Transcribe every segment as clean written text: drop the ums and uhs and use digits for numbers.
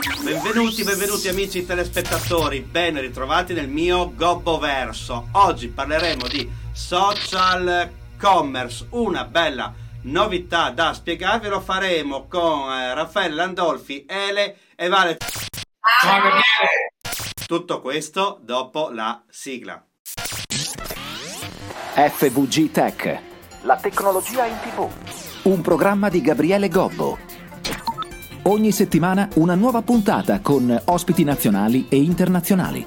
Benvenuti amici telespettatori, ben ritrovati nel mio Gobboverso. Oggi parleremo di social commerce, una bella novità da spiegarvi. Lo faremo con Raffaele Landolfi, Ele e Vale. Ciao Gabriele! Tutto questo dopo la sigla. FVG Tech, la tecnologia in TV. Un programma di Gabriele Gobbo. Ogni settimana una nuova puntata con ospiti nazionali e internazionali.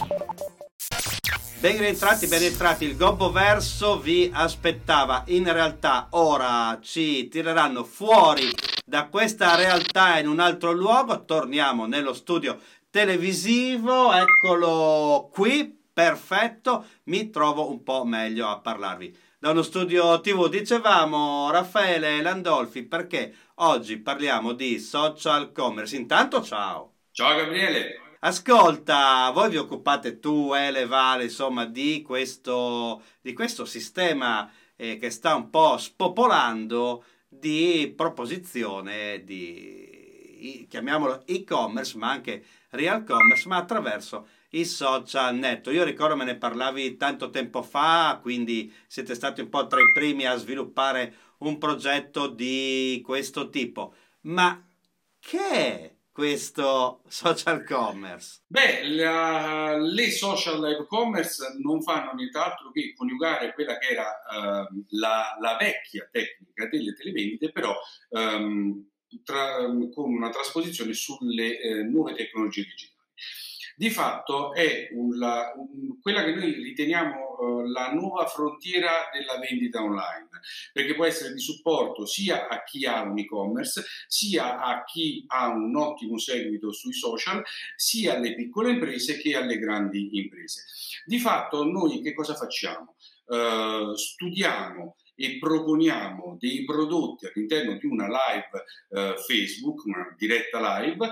Ben rientrati, il Gobboverso vi aspettava. In realtà ora ci tireranno fuori da questa realtà in un altro luogo. Torniamo nello studio televisivo, eccolo qui, perfetto, mi trovo un po' meglio a parlarvi. Da uno studio TV, dicevamo, Raffaele Landolfi, perché oggi parliamo di social commerce. Intanto ciao! Ciao Gabriele! Ascolta, voi vi occupate, tu, Ele, Vale, insomma, di questo sistema che sta un po' spopolando di proposizione di, chiamiamolo e-commerce, ma anche real commerce, ma attraverso i social network. Io ricordo me ne parlavi tanto tempo fa, quindi siete stati un po' tra i primi a sviluppare un progetto di questo tipo. Ma che è questo social commerce? Beh, le social e-commerce non fanno nient'altro che coniugare quella che era la vecchia tecnica delle televendite, però con una trasposizione sulle nuove tecnologie digitali. Di fatto è quella che noi riteniamo la nuova frontiera della vendita online, perché può essere di supporto sia a chi ha un e-commerce, sia a chi ha un ottimo seguito sui social, sia alle piccole imprese che alle grandi imprese. Di fatto noi che cosa facciamo? Studiamo e proponiamo dei prodotti all'interno di una live Facebook, una diretta live,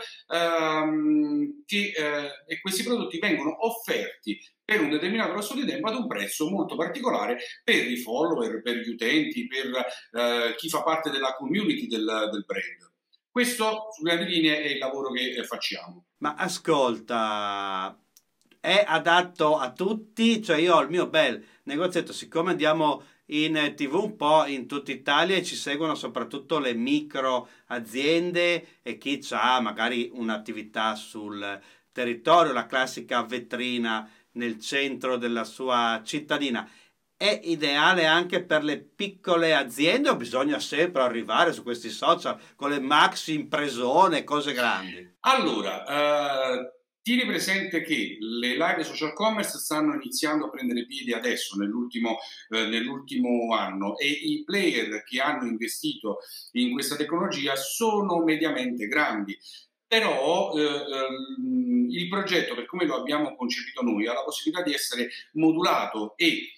e questi prodotti vengono offerti per un determinato lasso di tempo ad un prezzo molto particolare per i follower, per gli utenti, per chi fa parte della community del brand. Questo, su grandi linee, è il lavoro che facciamo. Ma ascolta, è adatto a tutti? Cioè io ho il mio bel negozietto, siccome andiamo in TV un po' in tutta Italia e ci seguono soprattutto le micro aziende e chi ha magari un'attività sul territorio, la classica vetrina nel centro della sua cittadina. È ideale anche per le piccole aziende o bisogna sempre arrivare su questi social con le maxi impresone, cose grandi? Allora, tieni presente che le live social commerce stanno iniziando a prendere piedi adesso, nell'ultimo anno, e i player che hanno investito in questa tecnologia sono mediamente grandi. Però il progetto, per come lo abbiamo concepito noi, ha la possibilità di essere modulato e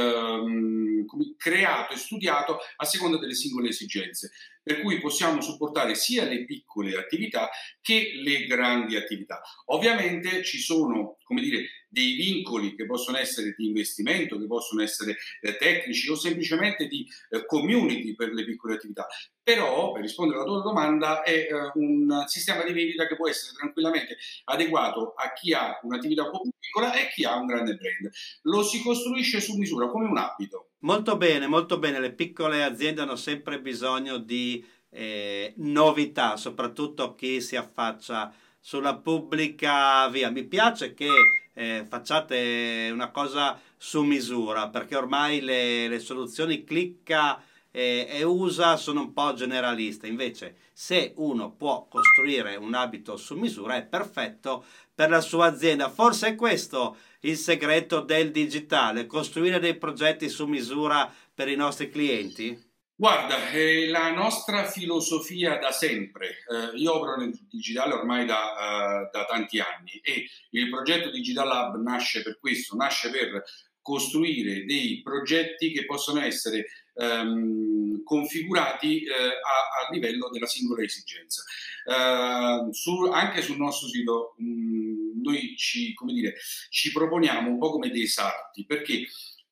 creato e studiato a seconda delle singole esigenze, per cui possiamo supportare sia le piccole attività che le grandi attività. Ovviamente ci sono, come dire, dei vincoli che possono essere di investimento, che possono essere tecnici o semplicemente di community per le piccole attività. Però, per rispondere alla tua domanda, è un sistema di vendita che può essere tranquillamente adeguato a chi ha un'attività un po' più piccola e chi ha un grande brand. Lo si costruisce su misura, come un abito. Molto bene, molto bene. Le piccole aziende hanno sempre bisogno di novità, soprattutto chi si affaccia sulla pubblica via. Mi piace che facciate una cosa su misura, perché ormai le soluzioni clicca e usa sono un po' generaliste. Invece, se uno può costruire un abito su misura, è perfetto per la sua azienda. Forse è questo il segreto del digitale, costruire dei progetti su misura per i nostri clienti? Guarda, la nostra filosofia da sempre, io opero nel digitale ormai da tanti anni e il progetto Digital Lab nasce per questo, nasce per costruire dei progetti che possono essere configurati a livello della singola esigenza. Anche sul nostro sito noi ci proponiamo un po' come dei sarti, perché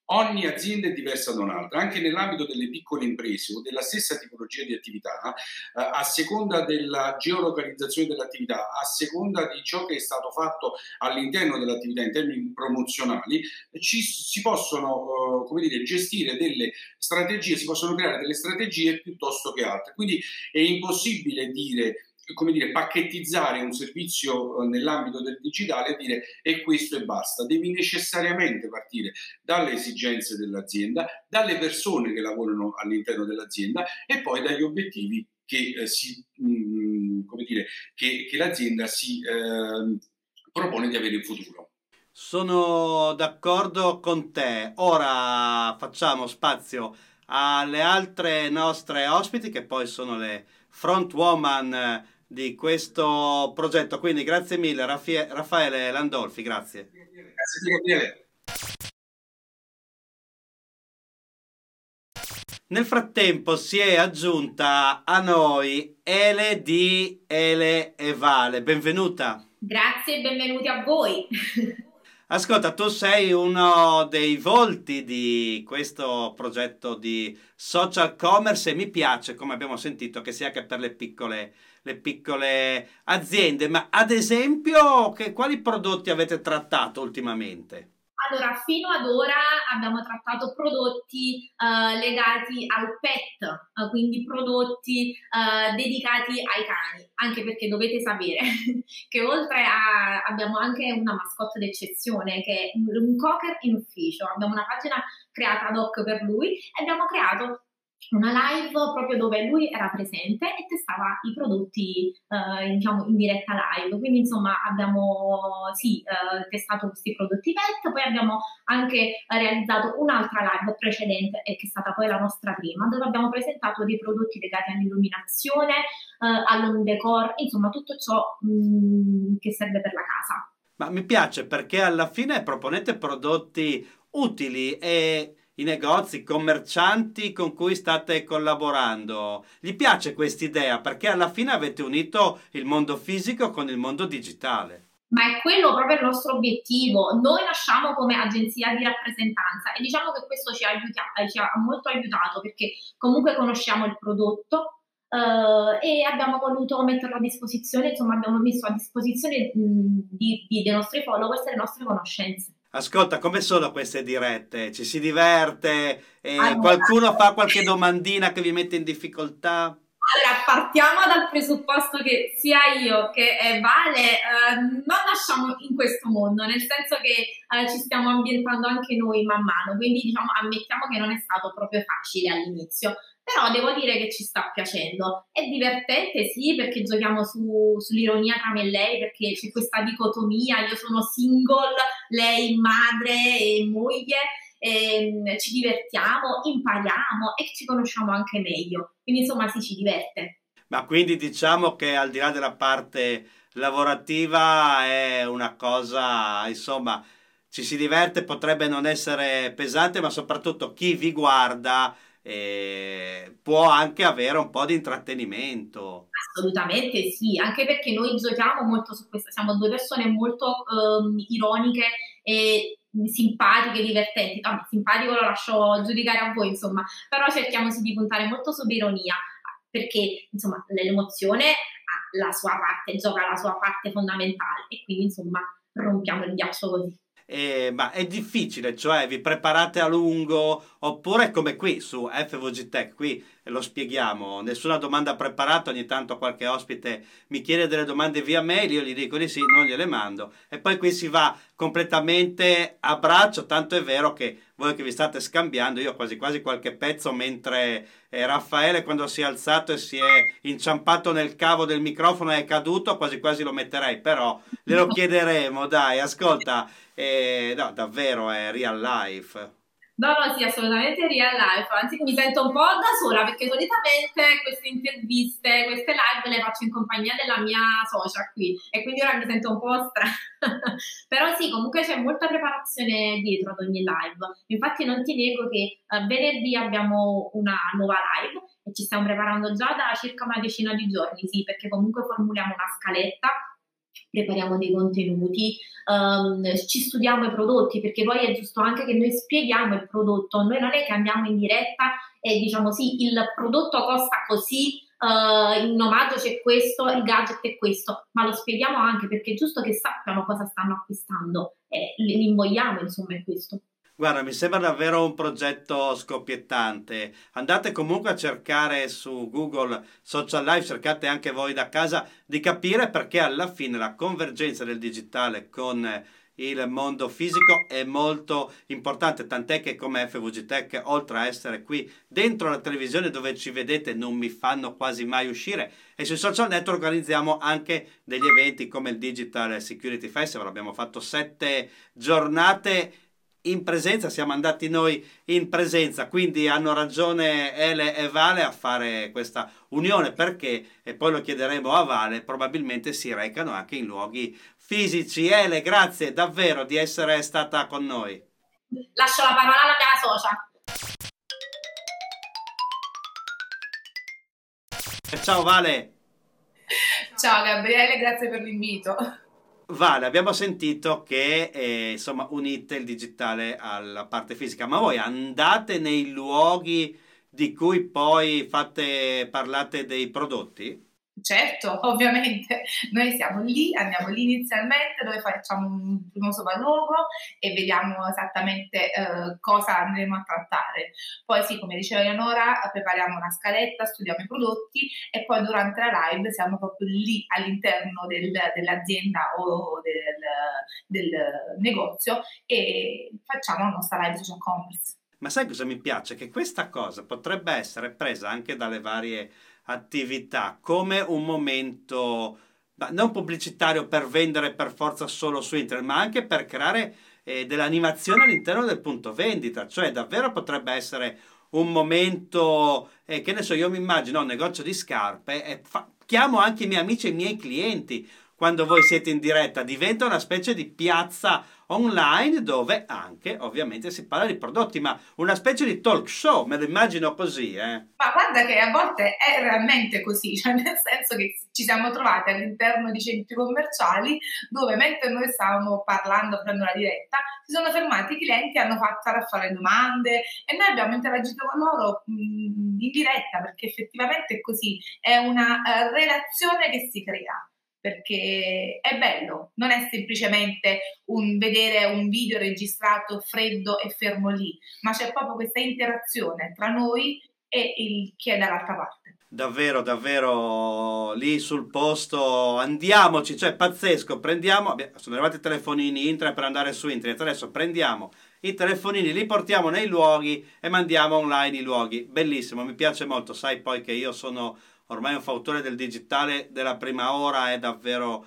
Ogni azienda è diversa da un'altra, anche nell'ambito delle piccole imprese o della stessa tipologia di attività, a seconda della geolocalizzazione dell'attività, a seconda di ciò che è stato fatto all'interno dell'attività in termini promozionali, si possono gestire delle strategie, si possono creare delle strategie piuttosto che altre. Quindi è impossibile pacchettizzare un servizio nell'ambito del digitale e dire e questo e basta. Devi necessariamente partire dalle esigenze dell'azienda, dalle persone che lavorano all'interno dell'azienda e poi dagli obiettivi che l'azienda si propone di avere in futuro. Sono d'accordo con te. Ora facciamo spazio alle altre nostre ospiti che poi sono le front woman di questo progetto. Quindi grazie mille Raffaele Landolfi, grazie. Grazie Gabriele. Nel frattempo si è aggiunta a noi Ele di Ele e Vale. Benvenuta. Grazie e benvenuti a voi. Ascolta, tu sei uno dei volti di questo progetto di social commerce e mi piace, come abbiamo sentito, che sia anche per le piccole aziende. Ma ad esempio, quali prodotti avete trattato ultimamente? Allora, fino ad ora abbiamo trattato prodotti legati al pet, quindi prodotti dedicati ai cani, anche perché dovete sapere che abbiamo anche una mascotte d'eccezione che è un cocker in ufficio. Abbiamo una pagina creata ad hoc per lui e abbiamo creato una live proprio dove lui era presente e testava i prodotti in diretta live. Quindi insomma abbiamo testato questi prodotti pet, poi abbiamo anche realizzato un'altra live precedente che è stata poi la nostra prima, dove abbiamo presentato dei prodotti legati all'illuminazione, all'home decor, insomma tutto ciò che serve per la casa. Ma mi piace perché alla fine proponete prodotti utili e i negozi, i commercianti con cui state collaborando, gli piace questa idea perché alla fine avete unito il mondo fisico con il mondo digitale. Ma è quello proprio il nostro obiettivo. Noi nasciamo come agenzia di rappresentanza e diciamo che questo ci ha molto aiutato perché comunque conosciamo il prodotto e abbiamo voluto metterlo a disposizione, insomma abbiamo messo a disposizione dei nostri followers e le nostre conoscenze. Ascolta, come sono queste dirette? Ci si diverte? Qualcuno fa qualche domandina che vi mette in difficoltà? Allora, partiamo dal presupposto che sia io che Vale non nasciamo in questo mondo, nel senso che ci stiamo ambientando anche noi man mano, quindi diciamo ammettiamo che non è stato proprio facile all'inizio, però devo dire che ci sta piacendo. È divertente, sì, perché giochiamo sull'ironia tra me e lei, perché c'è questa dicotomia, io sono single, lei madre e moglie, ci divertiamo, impariamo e ci conosciamo anche meglio, quindi insomma ci diverte. Ma quindi diciamo che al di là della parte lavorativa è una cosa, insomma, ci si diverte, potrebbe non essere pesante, ma soprattutto chi vi guarda può anche avere un po' di intrattenimento. Assolutamente sì, anche perché noi giochiamo molto su questa, siamo due persone molto ironiche e simpatiche, divertenti. No, simpatico lo lascio giudicare a voi, insomma, però cerchiamo di puntare molto sull'ironia, perché insomma l'emozione ha la sua parte, gioca la sua parte fondamentale e quindi insomma rompiamo il ghiaccio così. Ma è difficile, cioè vi preparate a lungo oppure come qui su FVG Tech, qui lo spieghiamo, nessuna domanda preparata, ogni tanto qualche ospite mi chiede delle domande via mail, io gli dico di sì, non gliele mando e poi qui si va completamente a braccio, tanto è vero che voi che vi state scambiando, io quasi quasi qualche pezzo mentre Raffaele quando si è alzato e si è inciampato nel cavo del microfono e è caduto, quasi quasi lo metterei, però glielo chiederemo, dai, ascolta. No, davvero è real life. No, sì, assolutamente real life, anzi mi sento un po' da sola perché solitamente queste interviste, queste live le faccio in compagnia della mia socia qui e quindi ora mi sento un po' strana, però sì, comunque c'è molta preparazione dietro ad ogni live, infatti non ti nego che venerdì abbiamo una nuova live e ci stiamo preparando già da circa una decina di giorni, sì, perché comunque formuliamo una scaletta prepariamo dei contenuti, ci studiamo i prodotti, perché poi è giusto anche che noi spieghiamo il prodotto. Noi non è che andiamo in diretta e diciamo sì, il prodotto costa così, in omaggio c'è questo, il gadget è questo, ma lo spieghiamo anche perché è giusto che sappiano cosa stanno acquistando e li invogliamo, insomma, è questo. Guarda, mi sembra davvero un progetto scoppiettante. Andate comunque a cercare su Google Social Life, cercate anche voi da casa di capire perché alla fine la convergenza del digitale con il mondo fisico è molto importante, tant'è che come FVG Tech, oltre a essere qui dentro la televisione dove ci vedete, non mi fanno quasi mai uscire, e sui social network organizziamo anche degli eventi come il Digital Security Festival. Abbiamo fatto 7 giornate in presenza, siamo andati noi in presenza, quindi hanno ragione Ele e Vale a fare questa unione, perché, e poi lo chiederemo a Vale, probabilmente si recano anche in luoghi fisici. Ele, grazie davvero di essere stata con noi. Lascio la parola alla mia socia. Ciao Vale. Ciao Gabriele, grazie per l'invito. Vale, abbiamo sentito che insomma unite il digitale alla parte fisica, ma voi andate nei luoghi di cui poi parlate dei prodotti? Certo, ovviamente, noi siamo lì, andiamo lì inizialmente dove facciamo un primo sopralluogo e vediamo esattamente cosa andremo a trattare. Poi sì, come diceva Eleonora, prepariamo una scaletta, studiamo i prodotti e poi durante la live siamo proprio lì all'interno dell'azienda o del negozio e facciamo la nostra live social commerce. Ma sai cosa mi piace? Che questa cosa potrebbe essere presa anche dalle varie attività come un momento non pubblicitario per vendere per forza solo su internet, ma anche per creare dell'animazione all'interno del punto vendita, cioè davvero potrebbe essere un momento, che ne so, io mi immagino un negozio di scarpe e chiamo anche i miei amici e i miei clienti quando voi siete in diretta, diventa una specie di piazza online dove anche ovviamente si parla di prodotti, ma una specie di talk show, me lo immagino così, Ma guarda che a volte è realmente così, cioè nel senso che ci siamo trovati all'interno di centri commerciali dove mentre noi stavamo parlando, facendo la diretta, si sono fermati i clienti e hanno fatto a fare domande e noi abbiamo interagito con loro in diretta, perché effettivamente è così, è una relazione che si crea. Perché è bello, non è semplicemente vedere un video registrato freddo e fermo lì, ma c'è proprio questa interazione tra noi e chi è dall'altra parte. Davvero, davvero lì sul posto, andiamoci, cioè pazzesco, sono arrivati i telefonini internet per andare su internet, adesso prendiamo i telefonini, li portiamo nei luoghi e mandiamo online i luoghi, bellissimo, mi piace molto, sai poi che io sono ormai un fautore del digitale della prima ora, è davvero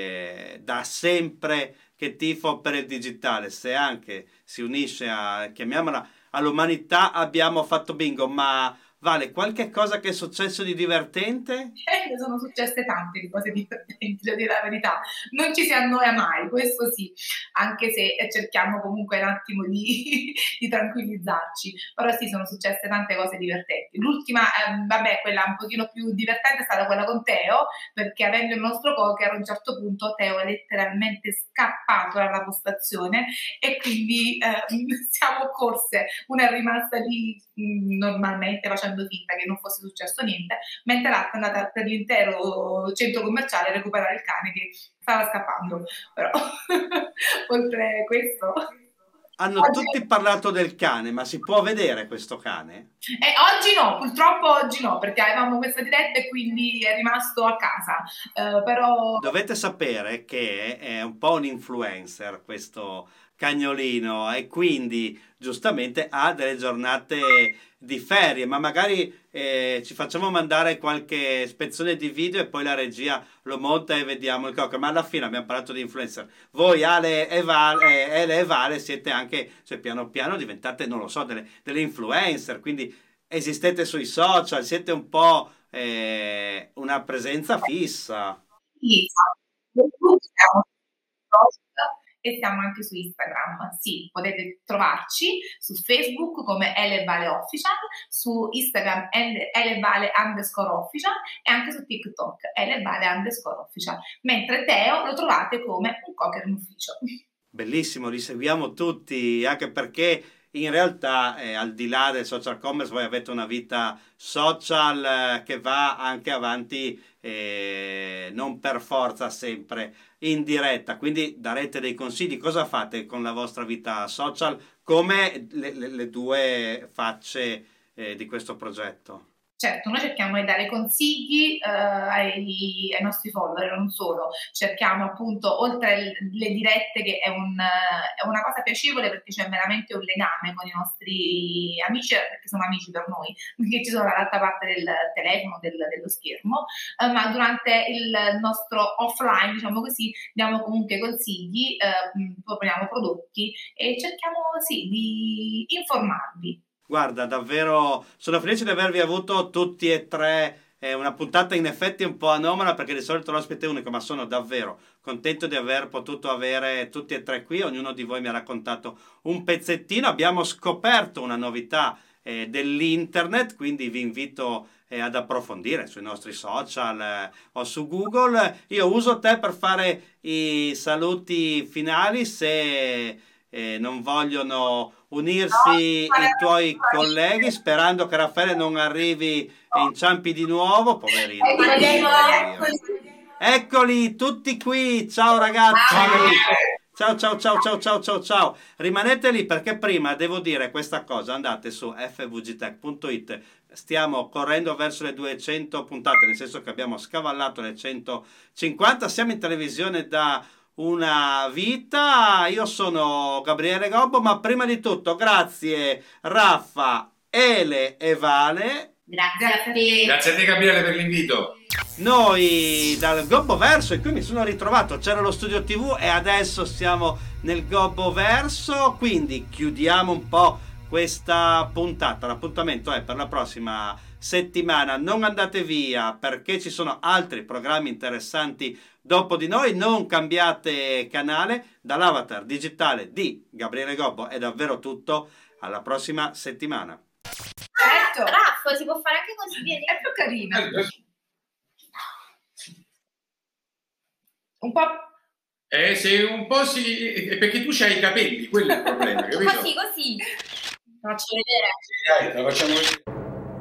da sempre che tifo per il digitale, se anche si unisce chiamiamola, all'umanità abbiamo fatto bingo. Ma Vale, qualche cosa che è successo di divertente? Ne sono successe tante di cose divertenti, devo dire la verità. Non ci si annoia mai, questo sì, anche se cerchiamo comunque un attimo di tranquillizzarci. Però sì, sono successe tante cose divertenti. L'ultima, vabbè, quella un pochino più divertente è stata quella con Teo, perché avendo il nostro poker a un certo punto Teo è letteralmente scappato dalla postazione e quindi siamo corse. Una è rimasta lì normalmente facendo finta che non fosse successo niente, mentre l'altra è andata per l'intero centro commerciale a recuperare il cane che stava scappando. Però oltre questo hanno tutti parlato del cane, ma si può vedere questo cane? Oggi no, purtroppo oggi no, perché avevamo questa diretta e quindi è rimasto a casa. Però dovete sapere che è un po' un influencer questo cagnolino e quindi giustamente ha delle giornate di ferie, ma magari ci facciamo mandare qualche spezzone di video e poi la regia lo monta e vediamo il cocco. Ma alla fine abbiamo parlato di influencer, voi Ele e Vale siete anche, cioè piano piano diventate, non lo so, delle influencer, quindi esistete sui social, siete un po' una presenza fissa. sì, esatto. e siamo anche su Instagram. Sì, potete trovarci su Facebook come Elevale Official, su Instagram Elevale_official e anche su TikTok Elevale_official, mentre Teo lo trovate come un cocker in ufficio. Bellissimo, li seguiamo tutti, anche perché in realtà al di là del social commerce voi avete una vita social che va anche avanti, non per forza sempre in diretta, quindi darete dei consigli. Cosa fate con la vostra vita social come le due facce di questo progetto? Certo, noi cerchiamo di dare consigli ai nostri follower, non solo, cerchiamo appunto, oltre le dirette, che è una cosa piacevole perché c'è veramente un legame con i nostri amici, perché sono amici per noi, che ci sono dall'altra parte del telefono, dello schermo, ma durante il nostro offline, diciamo così, diamo comunque consigli, proponiamo prodotti e cerchiamo di informarvi. Guarda, davvero sono felice di avervi avuto tutti e tre. È una puntata in effetti un po' anomala perché di solito l'ospite è unico, ma sono davvero contento di aver potuto avere tutti e tre qui. Ognuno di voi mi ha raccontato un pezzettino. Abbiamo scoperto una novità dell'internet, quindi vi invito ad approfondire sui nostri social o su Google. Io uso te per fare i saluti finali, se non vogliono unirsi i tuoi colleghi, sperando che Raffaele non arrivi e inciampi di nuovo, poverino. Eccoli tutti qui, ciao ragazzi. Ciao. Rimanete lì perché prima devo dire questa cosa, andate su fvgtech.it, stiamo correndo verso le 200 puntate, nel senso che abbiamo scavallato le 150, siamo in televisione da una vita. Io sono Gabriele Gobbo, ma prima di tutto grazie Raffa, Ele e Vale. Grazie a te. Grazie a te Gabriele per l'invito. Noi dal Gobboverso, e qui mi sono ritrovato, c'era lo studio TV e adesso siamo nel Gobboverso, quindi chiudiamo un po' questa puntata. L'appuntamento è per la prossima settimana, non andate via perché ci sono altri programmi interessanti dopo di noi, non cambiate canale. Dall'avatar digitale di Gabriele Gobbo è davvero tutto, alla prossima settimana. Certo. Raffo, si può fare anche così, vieni. È più carina. Un po'. Se un po' sì, perché tu c'hai i capelli, quello è il problema, capito? Così. Faccio vedere. Sì, dai, la facciamo vedere.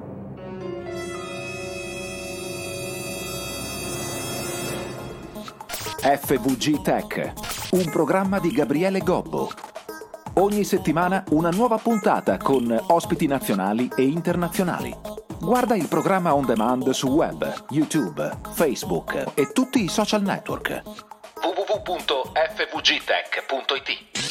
FVG Tech, un programma di Gabriele Gobbo. Ogni settimana una nuova puntata con ospiti nazionali e internazionali. Guarda il programma on demand su web, YouTube, Facebook e tutti i social network. www.fvgtech.it